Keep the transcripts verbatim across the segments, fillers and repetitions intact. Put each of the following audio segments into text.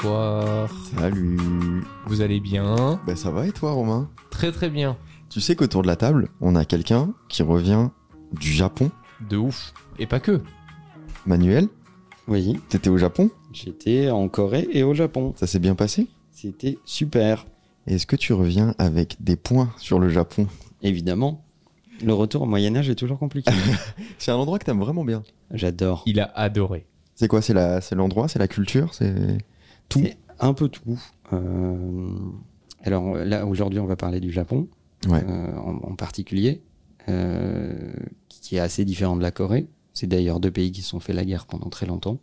bonsoir. Salut. Vous allez bien? Ben ça va et toi Romain? Très très bien. Tu sais qu'autour de la table, on a quelqu'un qui revient du Japon. De ouf. Et pas que. Manuel, Oui, t'étais au Japon? j'étais en Corée et au Japon. Ça s'est bien passé? C'était super. Et est-ce que tu reviens avec des points sur le Japon? Évidemment, le retour au Moyen-Âge est toujours compliqué. C'est un endroit que t'aimes vraiment bien. J'adore. Il a adoré. C'est quoi? C'est la, c'est l'endroit? C'est la culture? C'est tout? C'est un peu tout. Euh, Alors là, aujourd'hui, on va parler du Japon, Ouais. euh, en, en particulier, euh, qui est assez différent de la Corée. C'est d'ailleurs deux pays qui se sont fait la guerre pendant très longtemps.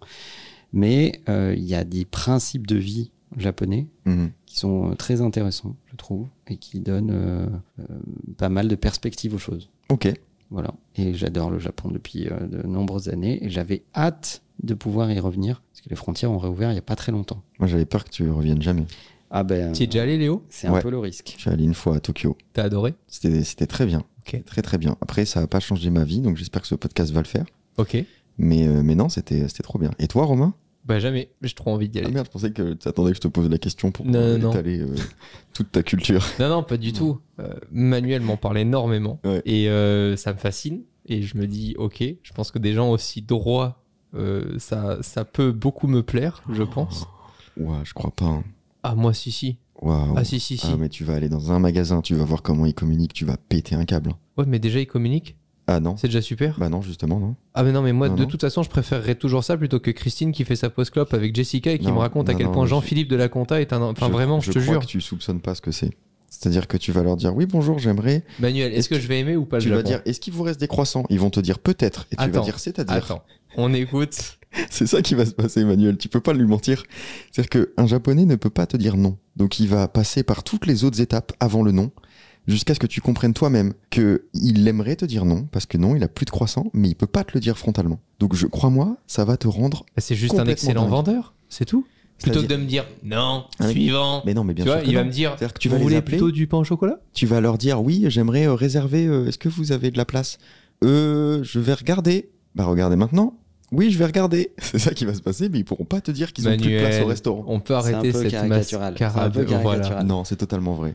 Mais euh, il y a des principes de vie japonais Mhm. qui sont très intéressants, je trouve, et qui donnent euh, euh, pas mal de perspectives aux choses. Ok. Voilà. Et j'adore le Japon depuis euh, de nombreuses années, et j'avais hâte de pouvoir y revenir, parce que les frontières ont réouvert il n'y a pas très longtemps. Moi j'avais peur que tu reviennes jamais. Ah ben, Tu y es déjà allé, Léo? c'est un Ouais. peu le risque. Je suis allé une fois à Tokyo. T'as adoré? C'était, c'était très bien. Ok. Très très bien. Après ça n'a pas changé ma vie, donc j'espère que ce podcast va le faire. Ok. Mais, euh, mais non, c'était, c'était trop bien. Et toi Romain? Bah jamais. J'ai trop envie d'y Ah aller. merde, je pensais que tu attendais que je te pose la question pour Non, euh, non. étaler euh, toute ta culture. Non, non, pas du tout. Euh, Manuel m'en parle énormément. Ouais. Et euh, ça me fascine. Et je me dis, ok, je pense que des gens aussi droits, euh, ça, ça peut beaucoup me plaire, je pense. Ouah, je crois pas. Hein. Ah, moi, si, si. Waouh. Ah, si, si, si. Ah, mais tu vas aller dans un magasin, tu vas voir comment ils communiquent, tu vas péter un câble. Ouais, mais déjà, ils communiquent. Ah non? C'est déjà super. Bah non, justement, non. Ah, mais non, mais moi, Non, de non. toute façon, je préférerais toujours ça plutôt que Christine qui fait sa pause clope avec Jessica et qui Non, me raconte à non, quel non, point je- Jean-Philippe de la Conta est un. Enfin, Je- vraiment, je, te crois jure. que tu soupçonnes pas ce que c'est. C'est-à-dire que tu vas leur dire oui, bonjour, j'aimerais. Manuel, est-ce Est-ce que, que je vais aimer ou pas Tu le vas Japon? dire est-ce qu'il vous reste des croissants? Ils vont te dire peut-être. Et tu Attends. vas dire c'est-à-dire. Attends, on écoute. C'est ça qui va se passer, Emmanuel. Tu peux pas lui mentir. C'est-à-dire qu'un japonais ne peut pas te dire non. Donc il va passer par toutes les autres étapes avant le non, jusqu'à ce que tu comprennes toi-même qu'il aimerait te dire non, parce que non, il a plus de croissants, mais il peut pas te le dire frontalement. Donc je crois-moi, ça va te rendre. Bah, c'est juste un Complètement excellent dingue. vendeur, c'est tout. Plutôt que C'est-à-dire- de me dire non, Ah, mais- suivant. Mais non, mais bien Tu sûr. vois, que il va non. me dire C'est-à-dire que tu vous vas les voulez appeler, plutôt du pain au chocolat? tu vas leur dire oui, j'aimerais euh, réserver. euh, Est-ce que vous avez de la place? Euh, je vais regarder. Bah regardez maintenant. Oui, je vais regarder. C'est ça qui va se passer, mais ils pourront pas te dire qu'ils ont plus de place au Manuel, restaurant. on peut C'est un arrêter peu cette caricatural. C'est un mascarade. peu Voilà. caricatural. Non, c'est totalement vrai.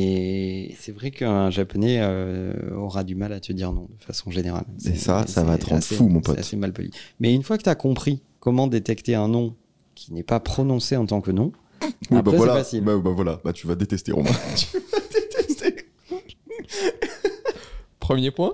Mais c'est vrai qu'un Japonais euh, aura du mal à te dire non, de façon générale. Et ça, ça va c'est te rendre assez- fou, mon pote. C'est assez mal poli. Mais une fois que tu as compris comment détecter un non qui n'est pas prononcé en tant que non, Oui, après bah c'est voilà. facile. Bah, bah voilà. Bah tu vas détester Romain. tu vas détester. Premier point.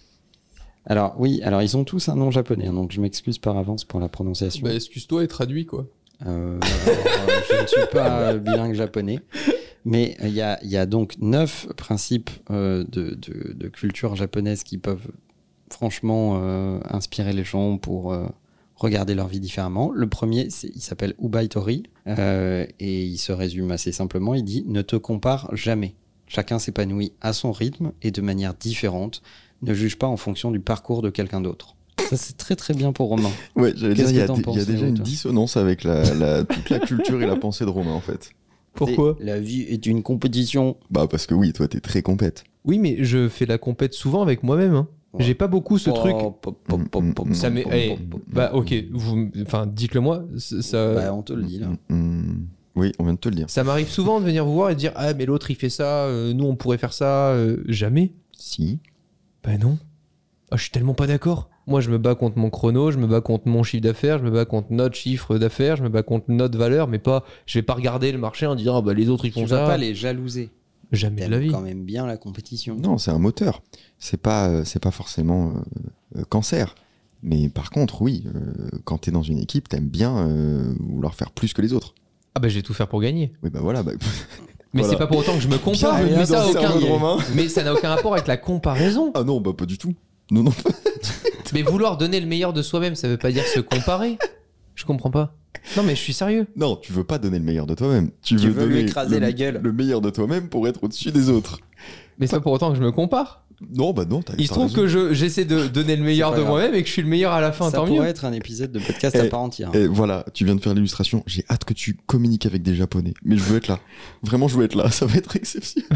Alors oui, alors ils ont tous un nom japonais, hein, donc je m'excuse par avance pour la prononciation. Bah, excuse-toi et traduis quoi. Euh, alors, euh, je ne suis pas euh, bilingue japonais, mais il y a, il y a donc neuf principes euh, de, de, de culture japonaise qui peuvent franchement euh, inspirer les gens pour euh, regarder leur vie différemment. Le premier, c'est, il s'appelle Ubaitori, euh, et il se résume assez simplement, il dit « Ne te compare jamais. Chacun s'épanouit à son rythme et de manière différente. Ne juge pas en fonction du parcours de quelqu'un d'autre. » Ça, c'est très très bien pour Romain. Ouais, j'allais dire, Qu'est-ce il y a, que t'en dé- il y a penses, déjà Léo, une toi dissonance avec la, la- toute la culture et la pensée de Romain, en fait. Pourquoi? C'est- La vie est une compétition. Bah, parce que oui, toi, t'es très compète. Oui, mais je fais la compète souvent avec moi-même. Hein. Ouais. J'ai pas beaucoup ce Oh, truc. pop, pop, pop, pop, Ça m'est. pop, eh, pop, pop. bah ok, vous, enfin dites-le moi. c- Ça, Bah, on te le dit là. Mm, mm. Oui, on vient de te le dire. ça m'arrive souvent de venir vous voir et de dire ah mais l'autre il fait ça, euh, nous on pourrait faire ça. euh, jamais. Si. Bah non. Ah, je suis tellement pas d'accord. Moi, je me bats contre mon chrono, je me bats contre mon chiffre d'affaires, je me bats contre notre chiffre d'affaires, je me bats contre notre valeur, mais pas. Je vais pas regarder le marché en disant ah bah les autres ils Tu font vas ça. pas les jalouser. Jamais de la T'aimes vie. quand même bien la compétition. Non, c'est un moteur. C'est pas, euh, c'est pas forcément euh, euh, cancer. Mais par contre, oui, euh, quand t'es dans une équipe, t'aimes bien euh, vouloir faire plus que les autres. Ah bah je vais tout faire pour gagner. Oui, bah voilà. Bah, Mais Voilà. c'est pas pour autant que je me compare. Bienvenue Mais ça, dans a le aucun... cerveau de Romain. mais ça n'a aucun rapport avec la comparaison. ah non, bah pas du tout. Non, non. Mais vouloir donner le meilleur de soi-même, ça veut pas dire se comparer. Je comprends pas. Non mais je suis sérieux. Non, tu veux pas donner le meilleur de toi-même. Tu, Tu veux, veux lui donner écraser le, la gueule. le meilleur de toi-même pour être au-dessus des autres. Mais c'est pas pour autant que je me compare. Non, bah non, t'as Il se t'as trouve raison. que je, j'essaie de donner le meilleur C'est de pas grave. moi-même et que je suis le meilleur à la fin, Ça tant pourrait mieux. être un épisode de podcast Eh, à part entière. Et voilà, tu viens de faire l'illustration. J'ai hâte que tu communiques avec des Japonais. Mais je veux être là. Vraiment, je veux être là. Ça va être exceptionnel.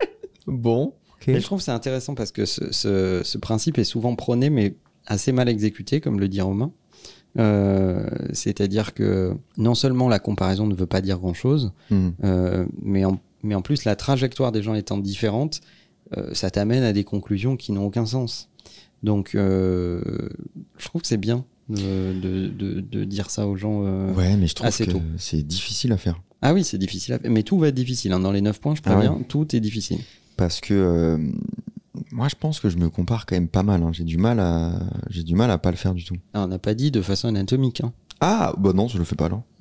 Bon, ok. Mais je trouve que c'est intéressant parce que ce, ce- ce principe est souvent prôné, mais assez mal exécuté, comme le dit Romain. Euh, c'est-à-dire que non seulement la comparaison ne veut pas dire grand-chose, Mmh. euh, mais, en, mais en plus la trajectoire des gens étant différente, euh, ça t'amène à des conclusions qui n'ont aucun sens. Donc euh, je trouve que c'est bien de, de, de, de dire ça aux gens. Euh... Ouais, mais je trouve assez que tôt. c'est difficile à faire. Ah oui, c'est difficile à faire. Mais tout va être difficile. Hein. Dans les neuf points, je préviens, Ah ouais. tout est difficile. Parce que euh, moi, je pense que je me compare quand même pas mal. Hein. J'ai du mal à, j'ai du mal à pas le faire du tout. Ah, on n'a pas dit de façon anatomique. Hein. Ah, bah non, je le fais pas alors.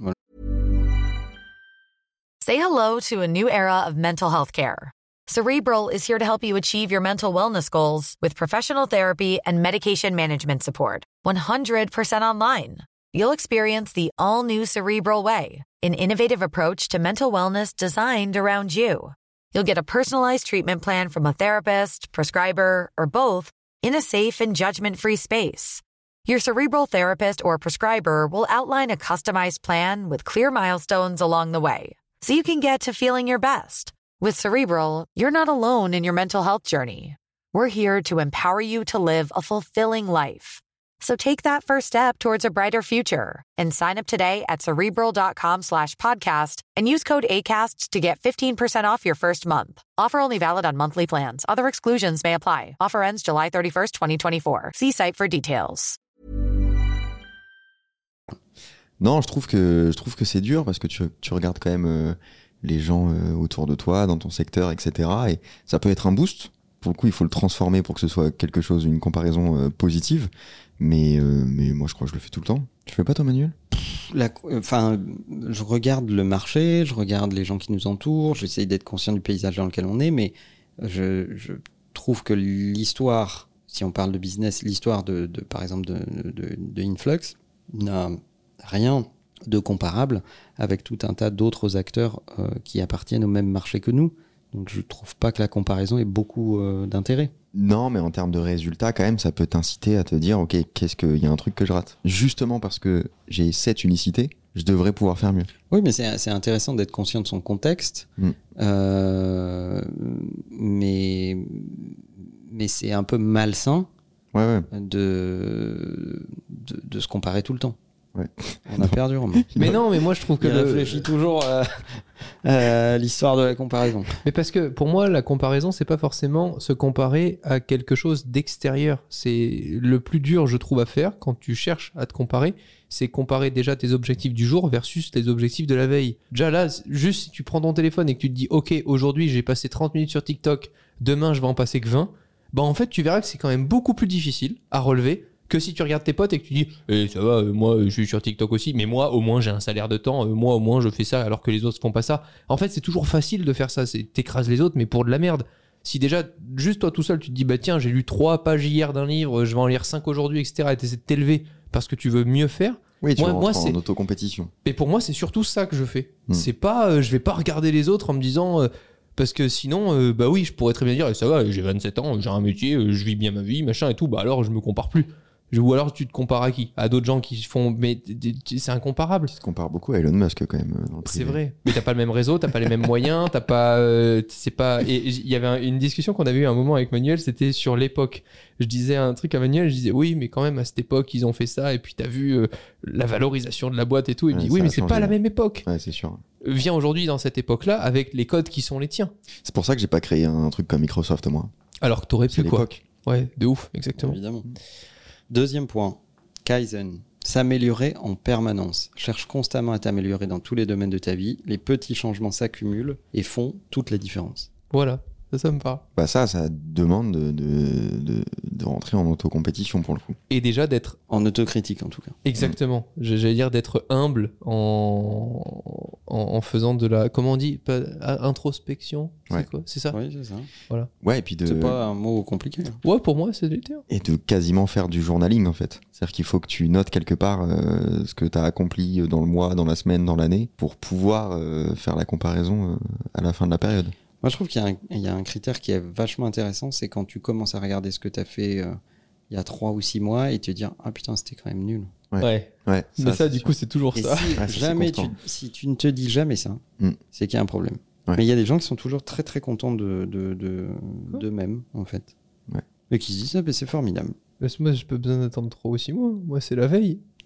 Say hello to a new era of mental health care. Cerebral is here to help you achieve your mental wellness goals with professional therapy and medication management support. one hundred percent online. You'll experience the all-new Cerebral Way, an innovative approach to mental wellness designed around you. You'll get a personalized treatment plan from a therapist, prescriber, or both in a safe and judgment-free space. Your Cerebral therapist or prescriber will outline a customized plan with clear milestones along the way, so you can get to feeling your best. With Cerebral, you're not alone in your mental health journey. We're here to empower you to live a fulfilling life. So take that first step towards a brighter future and sign up today at Cerebral.com slash podcast and use code ACAST to get fifteen percent off your first month. Offer only valid on monthly plans. Other exclusions may apply. Offer ends July thirty-first, twenty twenty-four. See site for details. Non, je trouve que je trouve que c'est dur parce que tu, tu regardes quand même euh, les gens euh, autour de toi, dans ton secteur, et cetera. Et ça peut être un boost. Pour le coup, il faut le transformer pour que ce soit quelque chose, une comparaison euh, positive. Mais, euh, mais moi, je crois que je le fais tout le temps. Tu fais pas, toi, Manuel ? La, enfin, je regarde le marché, je regarde les gens qui nous entourent, j'essaye d'être conscient du paysage dans lequel on est, mais je, je trouve que l'histoire, si on parle de business, l'histoire de, de par exemple de, de, de Influx n'a rien de comparable avec tout un tas d'autres acteurs euh, qui appartiennent au même marché que nous. Donc je trouve pas que la comparaison ait beaucoup euh, d'intérêt. Non, mais en termes de résultats, quand même, ça peut t'inciter à te dire, ok, qu'est-ce que, il y a un truc que je rate. Justement parce que j'ai cette unicité, je devrais pouvoir faire mieux. Oui, mais c'est, c'est intéressant d'être conscient de son contexte, Mm. euh, mais mais c'est un peu malsain Ouais, ouais. de de, de se comparer tout le temps. Ouais. On a perdu Romain. Mais non, mais moi je trouve que Il le- réfléchit toujours à, à l'histoire de la comparaison. Mais parce que pour moi, la comparaison, c'est pas forcément se comparer à quelque chose d'extérieur. C'est le plus dur, je trouve, à faire quand tu cherches à te comparer. C'est comparer déjà tes objectifs du jour versus tes objectifs de la veille. Déjà là, juste si tu prends ton téléphone et que tu te dis, ok, aujourd'hui j'ai passé trente minutes sur TikTok, demain je vais en passer que vingt, bah en fait tu verras que c'est quand même beaucoup plus difficile à relever que si tu regardes tes potes et que tu dis eh, ça va, euh, moi je suis sur TikTok aussi, mais moi au moins j'ai un salaire de temps, euh, moi au moins je fais ça alors que les autres font pas ça. En fait c'est toujours facile de faire ça, c'est t'écrases les autres mais pour de la merde. Si déjà juste toi tout seul tu te dis bah tiens j'ai lu trois pages hier d'un livre, je vais en lire cinq aujourd'hui, et cetera et t'essaies de t'élever parce que tu veux mieux faire. Oui, tu Moi- rentres moi, en c'est- autocompétition. Et pour moi c'est surtout ça que je fais. Hmm. C'est pas euh, je vais pas regarder les autres en me disant euh, parce que sinon euh, bah oui je pourrais très bien dire eh, ça va j'ai vingt-sept ans, j'ai un métier, euh, je vis bien ma vie machin et tout, bah alors je me compare plus. Ou alors tu te compares à qui ? À d'autres gens qui font. Mais t- t- c'est incomparable. Tu te compares beaucoup à Elon Musk quand même. euh, dans le C'est privé. vrai. Mais t'as pas le même réseau, t'as pas les mêmes moyens, t'as pas. euh, c'est pas. Et il y avait un- une discussion qu'on avait eu un moment avec Manuel, c'était sur l'époque. Je disais un truc à Manuel, je disais oui, mais quand même à cette époque ils ont fait ça, et puis t'as vu euh, la valorisation de la boîte et tout. Il me Ouais, dit ça oui, a mais c'est changé. pas la même époque. Ouais, c'est sûr. Viens aujourd'hui dans cette époque-là avec les codes qui sont les tiens. C'est pour ça que j'ai pas créé un truc comme Microsoft, moi. Alors que t'aurais C'est pu quoi. l'époque. Ouais, de ouf, exactement. Évidemment. Deuxième point, Kaizen. S'améliorer en permanence. Cherche constamment à t'améliorer dans tous les domaines de ta vie. Les petits changements s'accumulent et font toute la différence. Voilà, ça, ça me parle. Bah ça, ça demande de, de, de, de rentrer en autocompétition pour le coup. Et déjà d'être En autocritique en tout cas. exactement. J'allais dire d'être humble en, en, en faisant de la. Comment on dit pas, a- introspection C'est Ouais. quoi C'est ça Oui, c'est ça. Ouais, et puis de... C'est pas un mot compliqué. Ouais, pour moi, c'est l'été. hein. Et de quasiment faire du journaling en fait. C'est-à-dire qu'il faut que tu notes quelque part euh, ce que tu as accompli dans le mois, dans la semaine, dans l'année, pour pouvoir euh, faire la comparaison euh, à la fin de la période. Moi, je trouve qu'il y a, un, il y a un critère qui est vachement intéressant, c'est quand tu commences à regarder ce que tu as fait euh, il y a trois ou six mois et te dire « Ah putain, c'était quand même nul. Ouais. Ouais. Ouais, Mais ça, c'est du sûr. coup, c'est toujours » Et ça. si, Ouais, ça, c'est jamais tu, constant. si tu ne te dis jamais ça, Mm. c'est qu'il y a un problème. Ouais. Mais il y a des gens qui sont toujours très très contents de, de, de, Quoi d'eux-mêmes, en fait. Ouais. Et qui se disent « Ah ben c'est formidable. Parce que moi, j'ai pas besoin d'attendre trois ou six mois. Moi, c'est la veille. »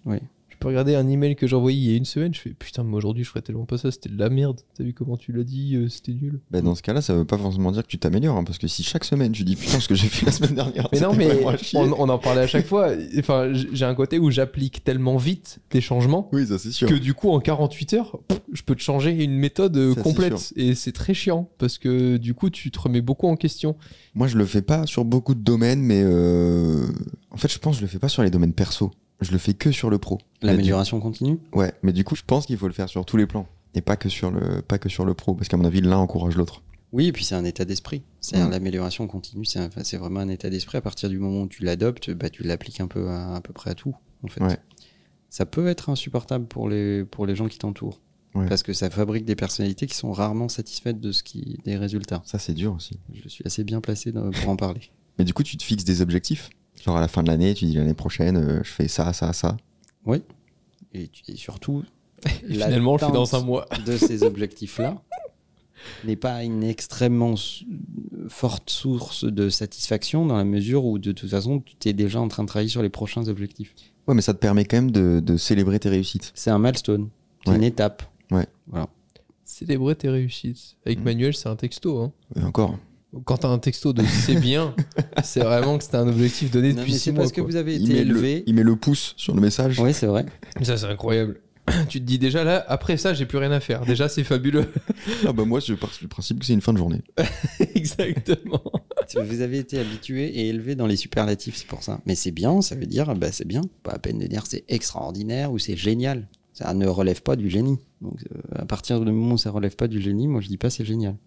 Oui. Je peux regarder un email que j'ai envoyé il y a une semaine, je fais putain, mais aujourd'hui je ferais tellement pas ça, c'était de la merde. T'as vu comment tu l'as dit, euh, c'était nul. Bah, dans ce cas-là, ça veut pas forcément dire que tu t'améliores, hein, parce que si chaque semaine tu dis putain, ce que j'ai fait la semaine dernière, Mais non, c'était mais vraiment à chier. on, on en parlait à chaque fois. Enfin, j- j'ai un côté où j'applique tellement vite les changements Oui, ça c'est sûr. que du coup, en quarante-huit heures, pff, je peux te changer une méthode euh, Ça, c'est complète. Et c'est très chiant parce que du coup, tu te remets beaucoup en question. Moi, je le fais pas sur beaucoup de domaines, mais euh... en fait, je pense que je le fais pas sur les domaines perso. Je le fais que sur le pro. L'amélioration continue. Mais du- Ouais, mais du coup, je pense qu'il faut le faire sur tous les plans et pas que sur le, pas que sur le pro, parce qu'à mon avis, l'un encourage l'autre. Oui, et puis c'est un état d'esprit. C'est-à-dire Mm. l'amélioration continue, c'est, un- enfin, c'est vraiment un état d'esprit. À partir du moment où tu l'adoptes, bah, tu l'appliques un peu à, à peu près à tout, en fait. Ouais. Ça peut être insupportable pour les, pour les gens qui t'entourent. Ouais. Parce que ça fabrique des personnalités qui sont rarement satisfaites de ce qui, des résultats. Ça, c'est dur aussi. Je suis assez bien placé dans- pour en parler. Mais du coup, tu te fixes des objectifs. Genre à la fin de l'année, tu dis l'année prochaine, euh, je fais ça, ça, ça. Oui. Et, tu- et surtout, Et finalement, on le fait dans un l'atteinte mois. de ces objectifs-là n'est pas une extrêmement s- forte source de satisfaction dans la mesure où de toute façon tu es déjà en train de travailler sur les prochains objectifs. Ouais, mais ça te permet quand même de, de célébrer tes réussites. C'est un milestone, c'est Ouais. une étape. Ouais. Voilà. Célébrer tes réussites. Avec Mm. Manuel, c'est un texto. Hein. Et encore. Quand t'as un texto de c'est bien, c'est vraiment que c'était un objectif donné Non, depuis mais six c'est mois. parce que quoi. vous avez Il été met, élevé. le, il met le pouce sur le message. Oui, c'est vrai. Ça, c'est incroyable. Tu te dis déjà là, après ça, j'ai plus rien à faire. Déjà, c'est fabuleux. Ah bah moi, je pars du principe que c'est une fin de journée. Exactement. Vous avez été habitué et élevé dans les superlatifs, c'est pour ça. Mais c'est bien, ça veut dire, bah, c'est bien. Pas à peine de dire c'est extraordinaire ou c'est génial. Ça ne relève pas du génie. Donc, euh, à partir du moment où ça relève pas du génie, moi je dis pas c'est génial.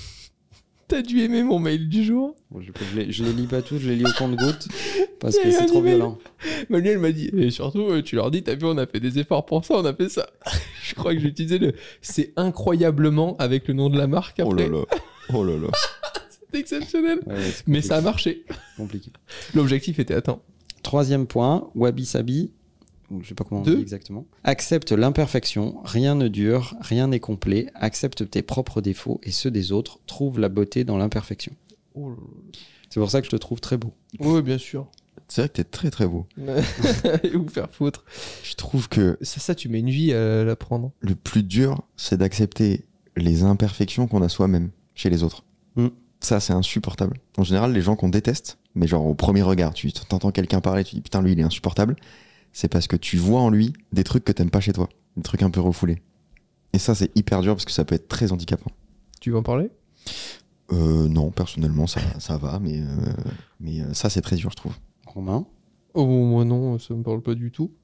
T'as dû aimer mon mail du jour. Bon, je, je, les, je les lis pas tous, je les lis au compte-gouttes parce Il y a que eu c'est un trop email. violent. Manuel m'a dit, et surtout, euh, tu leur dis, t'as vu, on a fait des efforts pour ça, on a fait ça. Je crois que j'ai utilisé le c'est incroyablement avec le nom de la marque Oh après. là là. Oh là là. C'est exceptionnel. Ouais, ouais, c'est Mais compliqué. ça a marché. compliqué. L'objectif était atteint. Troisième point, Wabi Sabi, ou je sais pas comment on Deux. dit exactement. Accepte l'imperfection, rien ne dure, rien n'est complet. Accepte tes propres défauts et ceux des autres. Trouve la beauté dans l'imperfection. C'est pour ça que je te trouve très beau. Oui, bien sûr. C'est vrai que t'es très très beau. Et vous faire foutre. Je trouve que Ça, ça, tu mets une vie à l'apprendre. le plus dur, c'est d'accepter les imperfections qu'on a soi-même chez les autres. Mm. Ça, c'est insupportable. En général, les gens qu'on déteste, mais genre au premier regard, tu t'entends quelqu'un parler, tu dis putain, lui, il est insupportable. C'est parce que tu vois en lui des trucs que t'aimes pas chez toi, des trucs un peu refoulés. Et ça, c'est hyper dur parce que ça peut être très handicapant. Tu veux en parler? Euh, non, personnellement, ça, ça va, mais, euh, mais euh, ça, c'est très dur, je trouve. Romain. Oh, moi non, ça me parle pas du tout.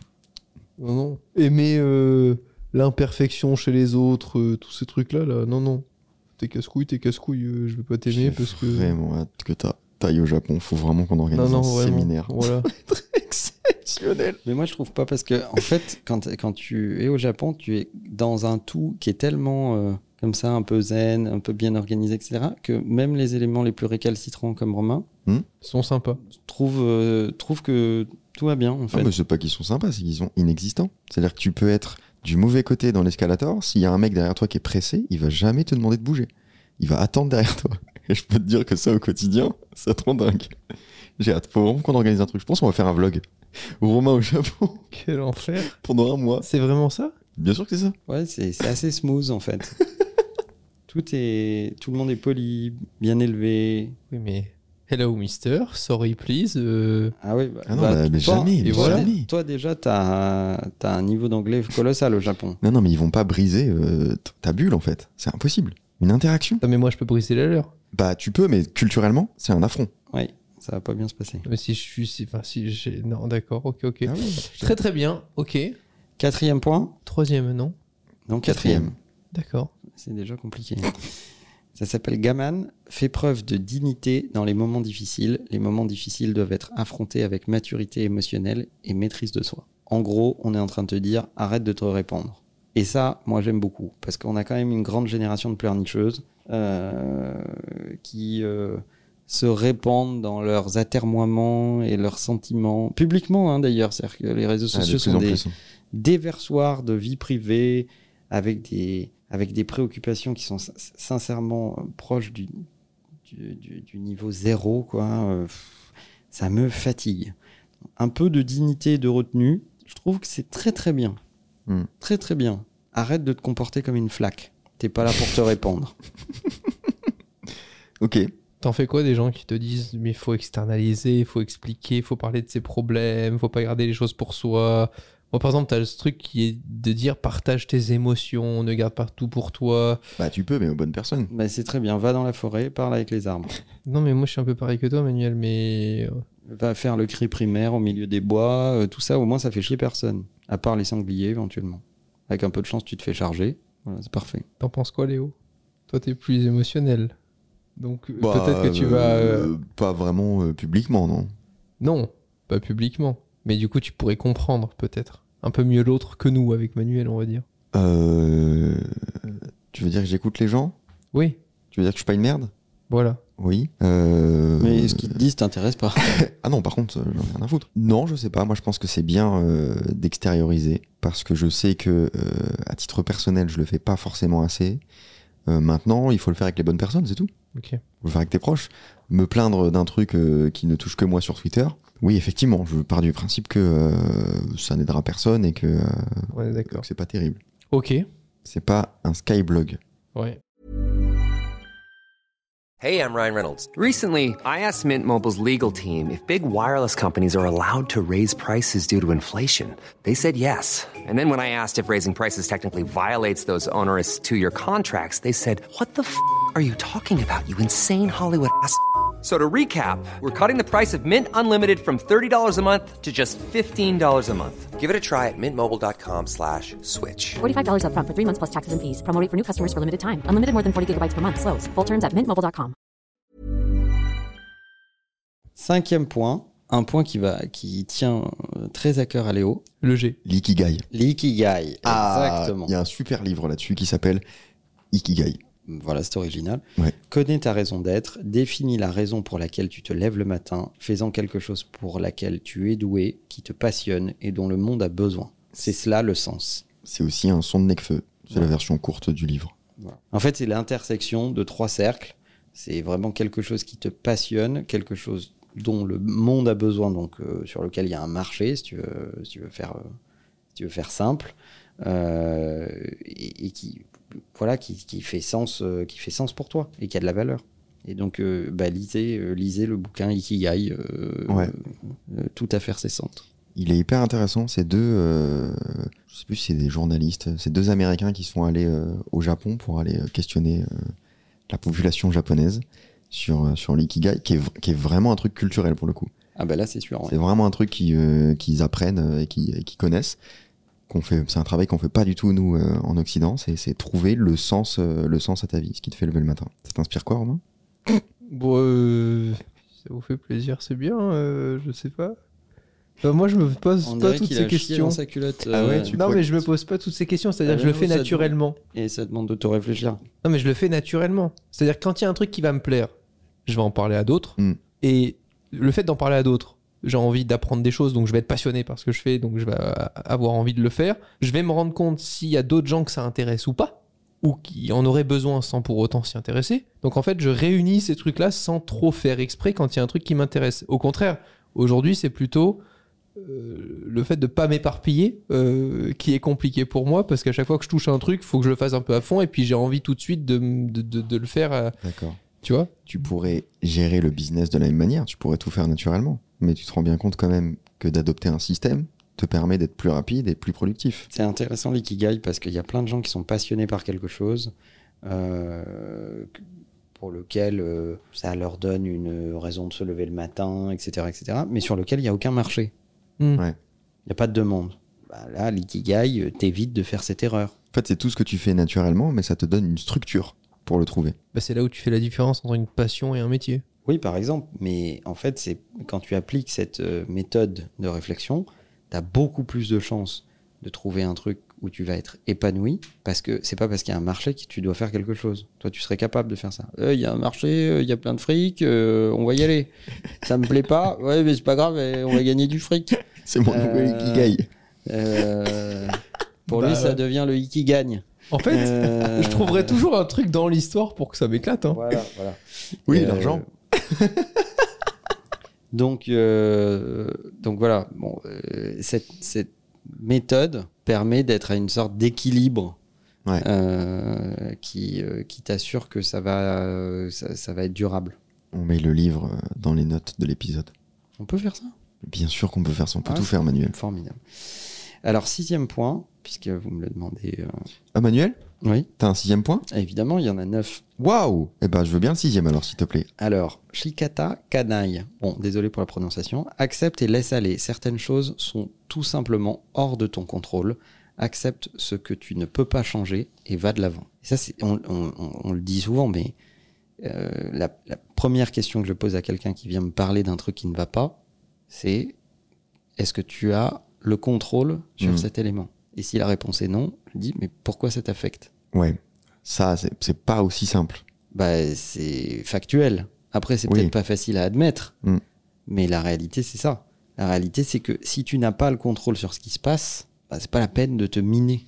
Non, non. Aimer euh, l'imperfection chez les autres, euh, tous ces trucs-là, là, non, non. T'es casse-couille, t'es casse-couille, euh, je vais pas t'aimer J'ai parce que... vraiment hâte que t'as taille au Japon. Faut vraiment qu'on organise Non, non, un vraiment. séminaire. Voilà. Exceptionnel. Mais moi, je trouve pas parce que, en fait, quand, quand tu es au Japon, tu es dans un tout qui est tellement euh, comme ça, un peu zen, un peu bien organisé, et cetera, que même les éléments les plus récalcitrants comme Romain Ils sont sympas. trouvent, euh, trouvent que tout va bien, en fait. Ah, mais c'est pas qu'ils sont sympas, c'est qu'ils sont inexistants. C'est-à-dire que tu peux être du mauvais côté dans l'escalator. S'il y a un mec derrière toi qui est pressé, il va jamais te demander de bouger. Il va attendre derrière toi. Et je peux te dire que ça au quotidien, ça te rend dingue. J'ai hâte. Faut vraiment qu'on organise un truc. Je pense qu'on va faire un vlog. Romain au Japon Quel enfer. pendant un mois. C'est vraiment ça? Bien sûr que c'est ça. Ouais, c'est c'est assez smooth, en fait. tout, est, tout le monde est poli, bien élevé. Oui, mais... Hello, mister. Sorry, please. euh, Ah oui, bah, Ah non, bah, bah, mais toi- jamais, et mais voilà. jamais. Toi, déjà, t'as as un niveau d'anglais colossal au Japon. Non, non, mais ils vont pas briser euh, t- ta bulle en fait. C'est impossible. Une interaction. Ah, mais moi, je peux briser la leur. Bah, tu peux, mais culturellement, c'est un affront. Oui, ça va pas bien se passer. Mais si je suis... Si... Enfin, si j'ai... Non, d'accord, ok, ok. Ah oui. Très, très bien. Ok. Quatrième point. Troisième, non? Non, quatrième. D'accord. C'est déjà compliqué. Ça s'appelle Gaman. Fait preuve de dignité dans les moments difficiles. Les moments difficiles doivent être affrontés avec maturité émotionnelle et maîtrise de soi. En gros, on est en train de te dire arrête de te répandre. Et ça, moi j'aime beaucoup parce qu'on a quand même une grande génération de pleurnicheuses euh, qui euh, se répandent dans leurs atermoiements et leurs sentiments publiquement hein, d'ailleurs. C'est-à-dire que les réseaux Ah, de sociaux plus sont en des plus. déversoirs de vie privée avec des, avec des préoccupations qui sont sin- sincèrement euh, proches du, du, du- du niveau zéro, quoi. Euh, pff, ça me fatigue. Un peu de dignité et de retenue, Je trouve que c'est très très bien. Mm. Très très bien. Arrête de te comporter comme une flaque. T'es pas là pour te répandre. Ok. T'en fais quoi des gens qui te disent mais il faut externaliser, il faut expliquer, il faut parler de ses problèmes, il faut pas garder les choses pour soi. Moi par exemple t'as ce truc qui est de dire partage tes émotions, ne garde pas tout pour toi. Bah tu peux, mais aux bonnes personnes. Bah, c'est très bien. Va dans la forêt, parle avec les arbres. Non mais moi je suis un peu pareil que toi Manuel, mais Va faire le cri primaire au milieu des bois. euh, tout ça, au moins, ça fait chier personne. À part les sangliers, éventuellement. Avec un peu de chance, tu te fais charger. Voilà, c'est parfait. t'en penses quoi Léo? Toi t'es plus émotionnel. Donc euh, Bah, peut-être que tu vas... euh, euh, Pas vraiment euh, publiquement, non. Non, pas publiquement. Mais du coup tu pourrais comprendre peut-être. Un peu mieux l'autre que nous avec Manuel on va dire. Euh... Tu veux dire que j'écoute les gens? Oui, Tu veux dire que je suis pas une merde? voilà. Oui. Euh... Mais ce qu'ils te disent t'intéresse pas. Ah non, par contre, euh, j'en ai rien à foutre. Non, je sais pas. Moi, je pense que c'est bien euh, d'extérioriser parce que je sais que, euh, à titre personnel, je le fais pas forcément assez. Euh, maintenant, il faut le faire avec les bonnes personnes, c'est tout. Ok. Il faut le faire avec tes proches. Me plaindre d'un truc euh, qui ne touche que moi sur Twitter. Oui, effectivement, je pars du principe que euh, ça n'aidera personne et que, euh, Ouais d'accord. que c'est pas terrible. Ok. C'est pas un skyblog. Ouais. Hey, I'm Ryan Reynolds. Recently, I asked Mint Mobile's legal team if big wireless companies are allowed to raise prices due to inflation. They said yes. And then when I asked if raising prices technically violates those onerous two-year contracts, they said, "What the f*** are you talking about, you insane Hollywood ass?" So to recap, we're cutting the price of Mint Unlimited from thirty dollars a month to just fifteen dollars a month. Give it a try at mintmobile.com slash switch. forty-five dollars up front for three months plus taxes and fees. Promo rate for new customers for limited time. Unlimited more than forty gigabytes per month. Slows full terms at mint mobile dot com. Cinquième point, un point qui, va, qui tient euh, très à cœur à Léo. Le G. L'ikigai. L'ikigai. Exactement. Il y a un super livre là-dessus qui s'appelle Ikigai. Voilà, c'est original. Ouais. Connais ta raison d'être, définis la raison pour laquelle tu te lèves le matin, fais-en quelque chose pour laquelle tu es doué, qui te passionne et dont le monde a besoin. C'est cela le sens. C'est aussi un son de Necfeu. C'est Ouais. la version courte du livre. Voilà. En fait, c'est l'intersection de trois cercles. C'est vraiment quelque chose qui te passionne, quelque chose dont le monde a besoin, donc euh, sur lequel il y a un marché, si tu veux, si tu veux, faire, euh, si tu veux faire simple, euh, et, et qui, voilà, qui, qui, fait sens, euh, qui fait sens pour toi et qui a de la valeur. Et donc, euh, bah, lisez, euh, lisez le bouquin Ikigai, euh, Ouais. euh, tout à faire ses centres. Il est hyper intéressant. Ces deux, euh, je sais plus si c'est des journalistes, ces deux Américains qui sont allés euh, au Japon pour aller euh, questionner euh, la population japonaise sur, euh, sur l'ikigai, qui est, qui est vraiment un truc culturel pour le coup. Ah bah là, c'est sûr. Ouais. C'est vraiment un truc qui, euh, qu'ils apprennent euh, et qui, et qui connaissent. Qu'on fait, c'est un travail qu'on fait pas du tout nous euh, en Occident. C'est, c'est trouver le sens, euh, le sens à ta vie, ce qui te fait lever le matin. Ça t'inspire quoi, Romain? Bon, euh, ça vous fait plaisir, c'est bien, euh, je sais pas. Enfin, moi, je me pose On pas dirait toutes qu'il ces a chié questions. dans sa culotte. Ah ouais, euh, tu- Non, crois mais que je me tu- pose pas toutes ces questions, c'est-à-dire Ah, que je le non, fais ça demande- naturellement. Et ça demande d'auto-réfléchir. Non, mais je le fais naturellement. C'est-à-dire que quand il y a un truc qui va me plaire, je vais en parler à d'autres. Mm. Et le fait d'en parler à d'autres, j'ai envie d'apprendre des choses, donc je vais être passionné par ce que je fais, donc je vais avoir envie de le faire. Je vais me rendre compte s'il y a d'autres gens que ça intéresse ou pas, ou qui en auraient besoin sans pour autant s'y intéresser. Donc en fait, je réunis ces trucs-là sans trop faire exprès quand il y a un truc qui m'intéresse. Au contraire, aujourd'hui, c'est plutôt euh, le fait de pas m'éparpiller euh, qui est compliqué pour moi, parce qu'à chaque fois que je touche un truc, il faut que je le fasse un peu à fond, et puis j'ai envie tout de suite de, de, de, de le faire, euh, D'accord. tu vois. Tu pourrais gérer le business de la même manière, tu pourrais tout faire naturellement. Mais tu te rends bien compte quand même que d'adopter un système te permet d'être plus rapide et plus productif. C'est intéressant l'ikigai parce qu'il y a plein de gens qui sont passionnés par quelque chose euh, pour lequel euh, ça leur donne une raison de se lever le matin, et cetera, et cetera, mais sur lequel il n'y a aucun marché. Mm. Ouais. Il n'y a pas de demande. Bah là, l'ikigai euh, t'évite de faire cette erreur. En fait, c'est tout ce que tu fais naturellement, mais ça te donne une structure pour le trouver. Bah, c'est là où tu fais la différence entre une passion et un métier. Oui, par exemple, mais en fait, c'est quand tu appliques cette euh, méthode de réflexion, tu as beaucoup plus de chances de trouver un truc où tu vas être épanoui, parce que c'est pas parce qu'il y a un marché que tu dois faire quelque chose. Toi, tu serais capable de faire ça. Euh, Il y a un marché, il euh, y a plein de fric, euh, on va y aller. Ça me plaît pas, ouais, mais c'est pas grave, eh, on va gagner du fric. C'est mon Euh, nouvel ikigai. Euh, pour Bah, lui, ça devient le hiki gagne. En fait, Euh, je trouverais toujours un truc dans l'histoire pour que ça m'éclate. Hein. Voilà, voilà. Oui, Euh, l'argent. donc, euh, donc voilà. Bon, euh, cette, cette méthode permet d'être à une sorte d'équilibre Ouais. euh, qui, euh, qui t'assure que ça va, euh, ça, ça va être durable. On met le livre euh, dans les notes de l'épisode. On peut faire ça ? Bien sûr qu'on peut faire ça, on peut Ah, tout faire, Manuel. Formidable. Alors, sixième point, puisque vous me le demandez. euh, Ah, Manuel, Oui, t'as un sixième point ? évidemment, il y en a neuf. Waouh ! Eh ben, je veux bien le sixième alors, s'il te plaît. Alors, Shikata Kanai, bon, désolé pour la prononciation, accepte et laisse aller. Certaines choses sont tout simplement hors de ton contrôle. Accepte ce que tu ne peux pas changer et va de l'avant. Et ça, c'est, on, on- on- on le dit souvent, mais euh, la, la première question que je pose à quelqu'un qui vient me parler d'un truc qui ne va pas, c'est est-ce que tu as le contrôle sur Mhm. cet élément ? Et si la réponse est non, je dis mais pourquoi ça t'affecte ? Ouais, ça, c'est c'est pas aussi simple. Bah, c'est factuel. Après, c'est Oui. peut-être pas facile à admettre, Mm. mais la réalité, c'est ça. La réalité, c'est que si tu n'as pas le contrôle sur ce qui se passe, bah, c'est pas la peine de te miner.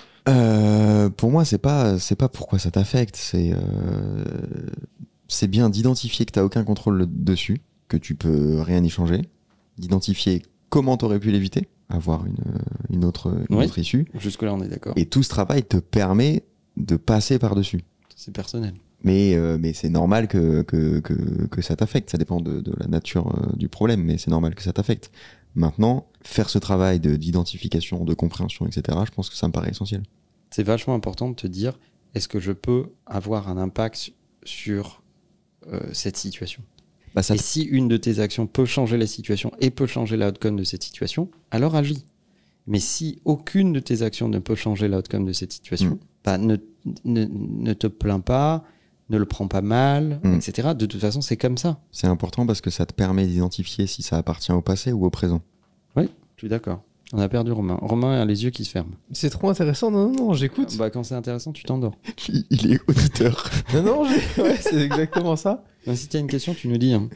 Euh, pour moi, c'est pas, c'est pas pourquoi ça t'affecte. C'est, euh, c'est bien d'identifier que t'as aucun contrôle le- dessus, que tu peux rien y changer, d'identifier comment t'aurais pu l'éviter, avoir une, une autre, une Oui. autre issue. Jusque-là, on est d'accord. Et tout ce travail te permet de passer par-dessus. C'est personnel. Mais, euh, mais c'est normal que, que, que, que ça t'affecte. Ça dépend de, de la nature euh, du problème, mais c'est normal que ça t'affecte. Maintenant, faire ce travail de- d'identification, de compréhension, et cetera, je pense que ça me paraît essentiel. C'est vachement important de te dire est-ce que je peux avoir un impact su- sur euh, cette situation ? Bah, ça Et te- si une de tes actions peut changer la situation et peut changer l'outcome de cette situation, alors agis. Mais si aucune de tes actions ne peut changer l'outcome de cette situation, Mm. bah, ne, ne, ne te plains pas, ne le prends pas mal, Mm. et cetera. De toute façon, c'est comme ça. C'est important parce que ça te permet d'identifier si ça appartient au passé ou au présent. Oui, je suis d'accord. On a perdu Romain. Romain a les yeux qui se ferment. C'est trop intéressant. Non, non, non, j'écoute. Bah, quand c'est intéressant, tu t'endors. Il est auditeur. Non, non, j'ai- ouais, c'est exactement ça. Donc, si tu as une question, tu nous dis. hein.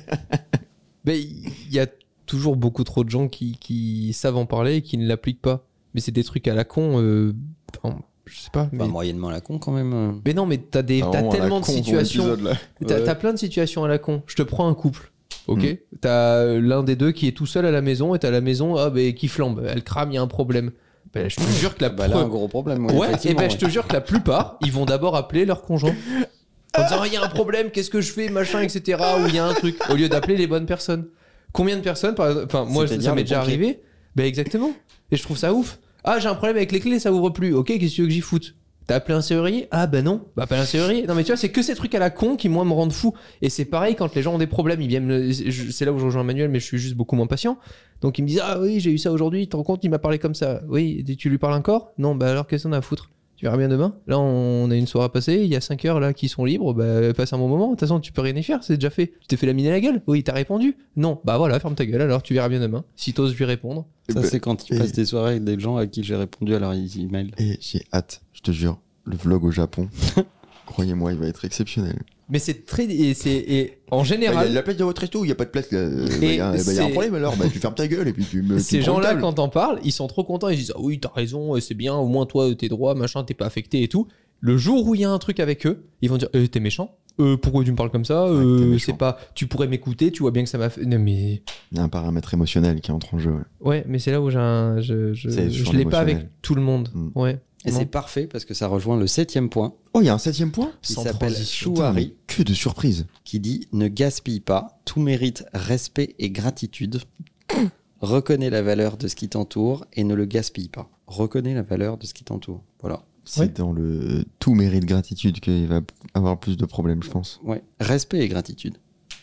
Mais il y a toujours beaucoup trop de gens qui, qui savent en parler et qui ne l'appliquent pas. Mais c'est des trucs à la con. euh, enfin, je sais pas. Mais, Bah, moyennement la con quand même. euh. mais non, mais t'as des, t'as tellement de situations. T'as, Ouais. t'as plein de situations à la con. Je te prends un couple. Ok. Mm. T'as l'un des deux qui est tout seul à la maison et t'as la maison ah, bah, qui flambe. Elle crame, il y a un problème. Ben, je te jure que la Bah, là, un pre- gros problème. Ouais, et effectivement, ben ouais. je te jure que la plupart, ils vont d'abord appeler leur conjoint. En disant, il y a un problème, qu'est-ce que je fais, machin, et cetera. Ou il y a un truc. Au lieu d'appeler les bonnes personnes. Combien de personnes, par exemple, enfin, moi, ça, C'est-à-dire ça m'est les déjà pompiers. arrivé. Ben, exactement. Et je trouve ça ouf. Ah, j'ai un problème avec les clés, ça ouvre plus. Ok, qu'est-ce que tu veux que j'y foute? T'as appelé un serrurier? Ah, bah non. Bah, appelle un serrurier. Non, mais tu vois, c'est que ces trucs à la con qui, moi, me rendent fou. Et c'est pareil quand les gens ont des problèmes. Ils viennent me- je- C'est là où je rejoins Manuel, mais je suis juste beaucoup moins patient. Donc, ils me disent, ah oui, j'ai eu ça aujourd'hui. Tu te rends compte, il m'a parlé comme ça. Oui, et tu lui parles encore? Non, bah alors, qu'est-ce qu'on a à foutre? Tu verras bien demain. Là, on a une soirée à passer. Il y a cinq heures là qui sont libres. Bah, passe un bon moment. De toute façon, tu peux rien y faire. C'est déjà fait. Tu t'es fait laminer la gueule? Oui, t'as répondu? Non. Bah voilà, ferme ta gueule. Alors, tu verras bien demain. Si t'oses lui répondre. Ça, c'est quand il Et- passe des soirées avec des gens à qui j'ai répondu à leurs emails. Et j'ai hâte, je te jure, le vlog au Japon. Croyez-moi, il va être exceptionnel. Mais c'est très. Et, c'est... et en général. la place de votre resto, il n'y a pas de place. Il Et y, a un c'est- problème alors, bah, tu fermes ta gueule et puis tu me. tu Ces me prends une gens-là, table. quand t'en parles, ils sont trop contents. Ils disent, ah oui, t'as raison, c'est bien. Au moins, toi, t'es droit, machin, t'es pas affecté et tout. Le jour où il y a un truc avec eux, ils vont dire, euh, t'es méchant. Euh, pourquoi tu me parles comme ça? Ouais, Euh, t'es méchant. c'est pas. Tu pourrais m'écouter. Tu vois bien que ça m'a fait. Non, mais. Il y a un paramètre émotionnel qui entre en jeu. ouais. Ouais, mais c'est là où j'ai un. Je, je, C'est je sur l'ai pas avec l'émotionnel. tout le monde. Mm. Ouais. Et Non. c'est parfait parce que ça rejoint le septième point Oh, il y a un septième point qui Sans s'appelle transition. Putain, mais Chouari, que de surprises. qui dit ne gaspille pas, tout mérite respect et gratitude. Reconnais la valeur de ce qui t'entoure et ne le gaspille pas. Reconnais la valeur de ce qui t'entoure. Voilà. C'est Ouais. dans le tout mérite gratitude qu'il va avoir plus de problèmes, je pense. Ouais. Respect et gratitude.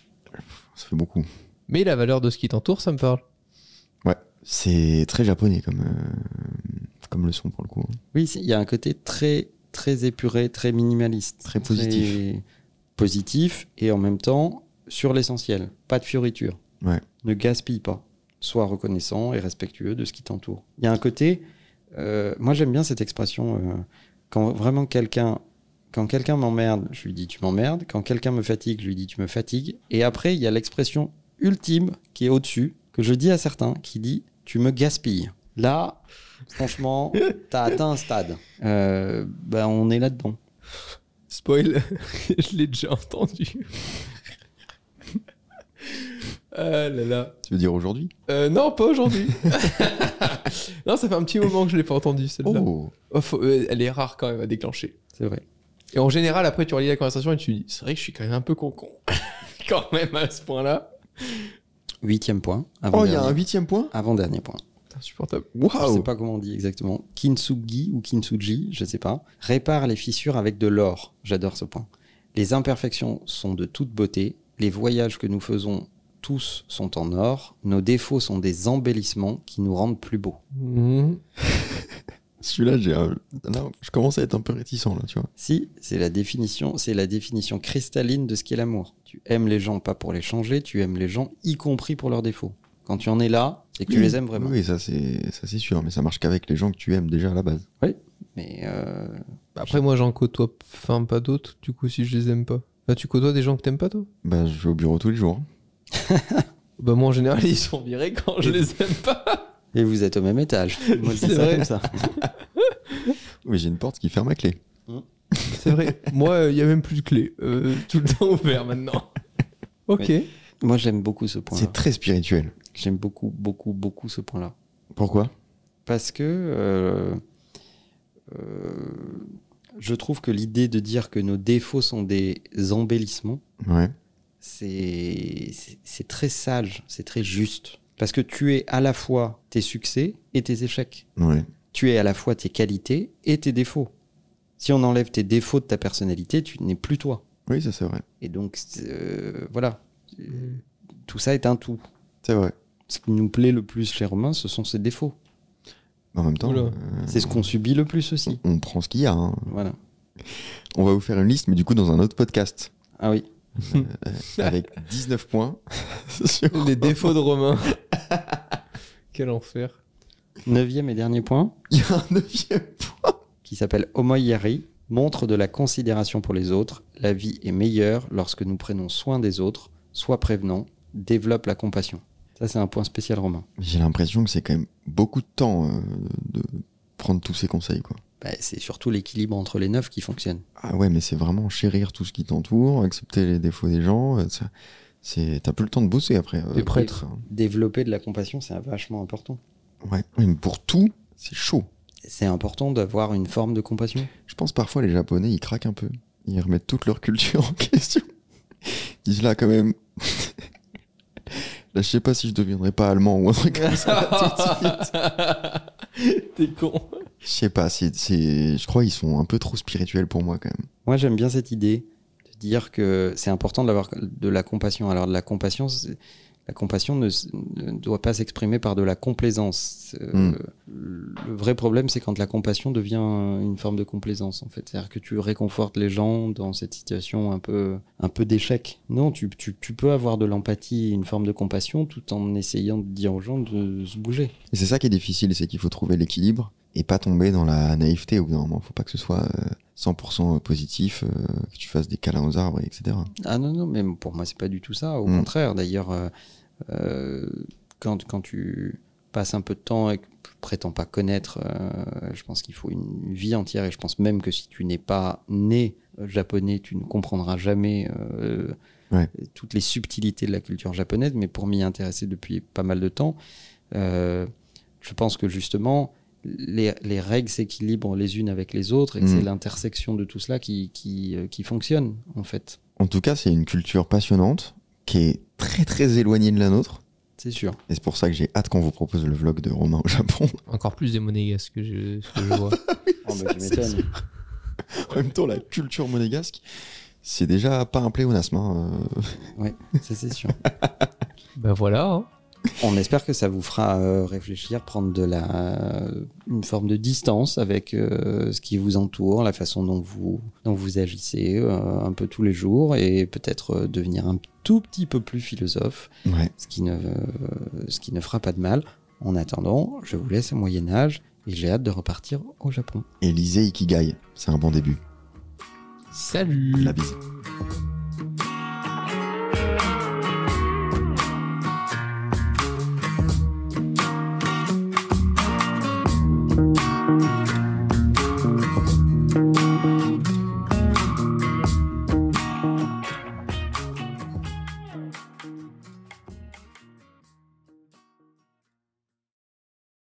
Ça fait beaucoup. Mais la valeur de ce qui t'entoure, ça me parle. Ouais, c'est très japonais comme, euh, comme leçon pour le coup. Oui, c'est- il y a un côté très, très épuré, très minimaliste. Très positif. Très positif et en même temps sur l'essentiel. Pas de fioriture. Ouais. Ne gaspille pas. Sois reconnaissant et respectueux de ce qui t'entoure. Il y a un côté... euh, moi, j'aime bien cette expression. euh, quand vraiment quelqu'un... Quand quelqu'un m'emmerde, je lui dis tu m'emmerdes. Quand quelqu'un me fatigue, je lui dis tu me fatigues. Et après, il y a l'expression ultime qui est au-dessus, que je dis à certains, qui dit tu me gaspilles. Là, franchement, t'as atteint un stade. Euh, ben, on est là-dedans. Spoil, je l'ai déjà entendu. Ah là là. Tu veux dire aujourd'hui? Euh, non, pas aujourd'hui. Non, ça fait un petit moment que je l'ai pas entendue, celle-là. Oh. Oh, faut- euh, elle est rare quand même à déclencher. C'est vrai. Et en général, après, tu relis la conversation et tu dis, c'est vrai que je suis quand même un peu con-con. Quand même, à ce point-là. Huitième point. Oh, il y a un Avant-dernier. huitième point? Avant-dernier point. C'est insupportable. Je sais Waouh! pas comment on dit exactement. Kintsugi ou kintsugi, je sais pas. Répare les fissures avec de l'or. J'adore ce point. Les imperfections sont de toute beauté. Les voyages que nous faisons tous sont en or. Nos défauts sont des embellissements qui nous rendent plus beaux. Mmh. Celui-là, j'ai un... là, je commence à être un peu réticent, là, tu vois. Si, c'est la définition, c'est la définition cristalline de ce qu'est l'amour. Tu aimes les gens pas pour les changer, tu aimes les gens y compris pour leurs défauts. Quand tu en es là, c'est que tu Oui. les aimes vraiment. Oui, ça c'est, ça c'est sûr, mais ça marche qu'avec les gens que tu aimes déjà à la base. Mais euh, Bah après, moi, j'en côtoie enfin pas d'autres, du coup, si je les aime pas. Bah, tu côtoies des gens que t'aimes pas, toi? Bah, je vais au bureau tous les jours. Bah, moi, en général, ils sont virés quand je les aime pas. et vous êtes au même étage. Moi, je dis C'est ça vrai. comme ça. Oui, j'ai une porte qui ferme à clé. C'est vrai. Moi, il y a même plus de clé. Euh, tout le temps ouvert maintenant. Ok. Oui. Moi, j'aime beaucoup ce point-là. C'est très spirituel. J'aime beaucoup, beaucoup, beaucoup ce point-là. Pourquoi? Parce que euh, euh, je trouve que l'idée de dire que nos défauts sont des embellissements, Ouais. c'est c'est- c'est très sage, c'est très juste. Parce que tu es à la fois tes succès et tes échecs. Ouais. Tu es à la fois tes qualités et tes défauts. Si on enlève tes défauts de ta personnalité, tu n'es plus toi. Oui, ça c'est vrai. Et donc, euh, voilà. Tout ça est un tout. C'est vrai. Ce qui nous plaît le plus chez Romain, ce sont ses défauts. En même temps, Oula. euh, C'est ce qu'on subit le plus aussi. on prend ce qu'il y a. hein. Voilà. On va vous faire une liste, mais du coup dans un autre podcast. Ah oui. Avec dix-neuf points. sur- Les défauts de Romain. Quel enfer. Neuvième et dernier point, Il y a un neuvième point. qui s'appelle Omoyari, montre de la considération pour les autres. La vie est meilleure lorsque nous prenons soin des autres, sois prévenant, développe la compassion. Ça, c'est un point spécial Romain. J'ai l'impression que c'est quand même beaucoup de temps euh, de prendre tous ces conseils, quoi. Bah, c'est surtout l'équilibre entre les neuf qui fonctionne. Ah ouais, mais c'est vraiment chérir tout ce qui t'entoure, accepter les défauts des gens. euh, ça- c'est, t'as plus le temps de bosser après. euh, Des prêtres. pour ça. Développer de la compassion, c'est vachement important. Ouais. Oui, mais pour tout, c'est chaud. C'est important d'avoir une forme de compassion. Je pense parfois les Japonais, ils craquent un peu. Ils remettent toute leur culture en question. Ils disent là quand même. Là, je sais pas si je deviendrais pas allemand ou un truc comme ça tout de suite. T'es con. Je sais pas, c'est, c'est, je crois qu'ils sont un peu trop spirituels pour moi quand même. Moi, j'aime bien cette idée de dire que c'est important d'avoir de la compassion. Alors, de la compassion, c'est- la compassion ne, s- ne doit pas s'exprimer par de la complaisance. Euh, Mm. Le vrai problème, c'est quand la compassion devient une forme de complaisance, en fait. C'est-à-dire que tu réconfortes les gens dans cette situation un peu, un peu d'échec. Non, tu, tu, tu peux avoir de l'empathie et une forme de compassion tout en essayant de dire aux gens de se bouger. Et c'est ça qui est difficile, c'est qu'il faut trouver l'équilibre et pas tomber dans la naïveté au bout d'un moment. Faut pas que ce soit euh, cent pour cent positif, euh, que tu fasses des câlins aux arbres, et cetera. Ah non, non, mais pour moi, c'est pas du tout ça. Au Mm. contraire, d'ailleurs, euh, euh, quand, quand tu passes un peu de temps et que tu prétends pas connaître, euh, je pense qu'il faut une vie entière. Et je pense même que si tu n'es pas né euh, japonais, tu ne comprendras jamais euh, Ouais. toutes les subtilités de la culture japonaise. Mais pour m'y intéresser depuis pas mal de temps, euh, je pense que justement, les, les règles s'équilibrent les unes avec les autres et que Mm. c'est l'intersection de tout cela qui, qui, euh, qui fonctionne, en fait. En tout cas, c'est une culture passionnante qui est très très éloignée de la nôtre. C'est sûr. Et c'est pour ça que j'ai hâte qu'on vous propose le vlog de Romain au Japon. Encore plus des monégasques que je, ce que je vois. Oh, bah, tu m'étonnes. En même temps, la culture monégasque, c'est déjà pas un pléonasme. Hein. euh. Oui, ça c'est sûr. Ben voilà. Hein. On espère que ça vous fera euh, réfléchir, prendre de la, une forme de distance avec euh, ce qui vous entoure, la façon dont vous, dont vous agissez euh, un peu tous les jours et peut-être euh, devenir un tout petit peu plus philosophe, Ouais. ce qui ne, euh, ce qui ne fera pas de mal. En attendant, je vous laisse au Moyen-Âge et j'ai hâte de repartir au Japon. Et lisez Ikigai, c'est un bon début. Salut. La bise.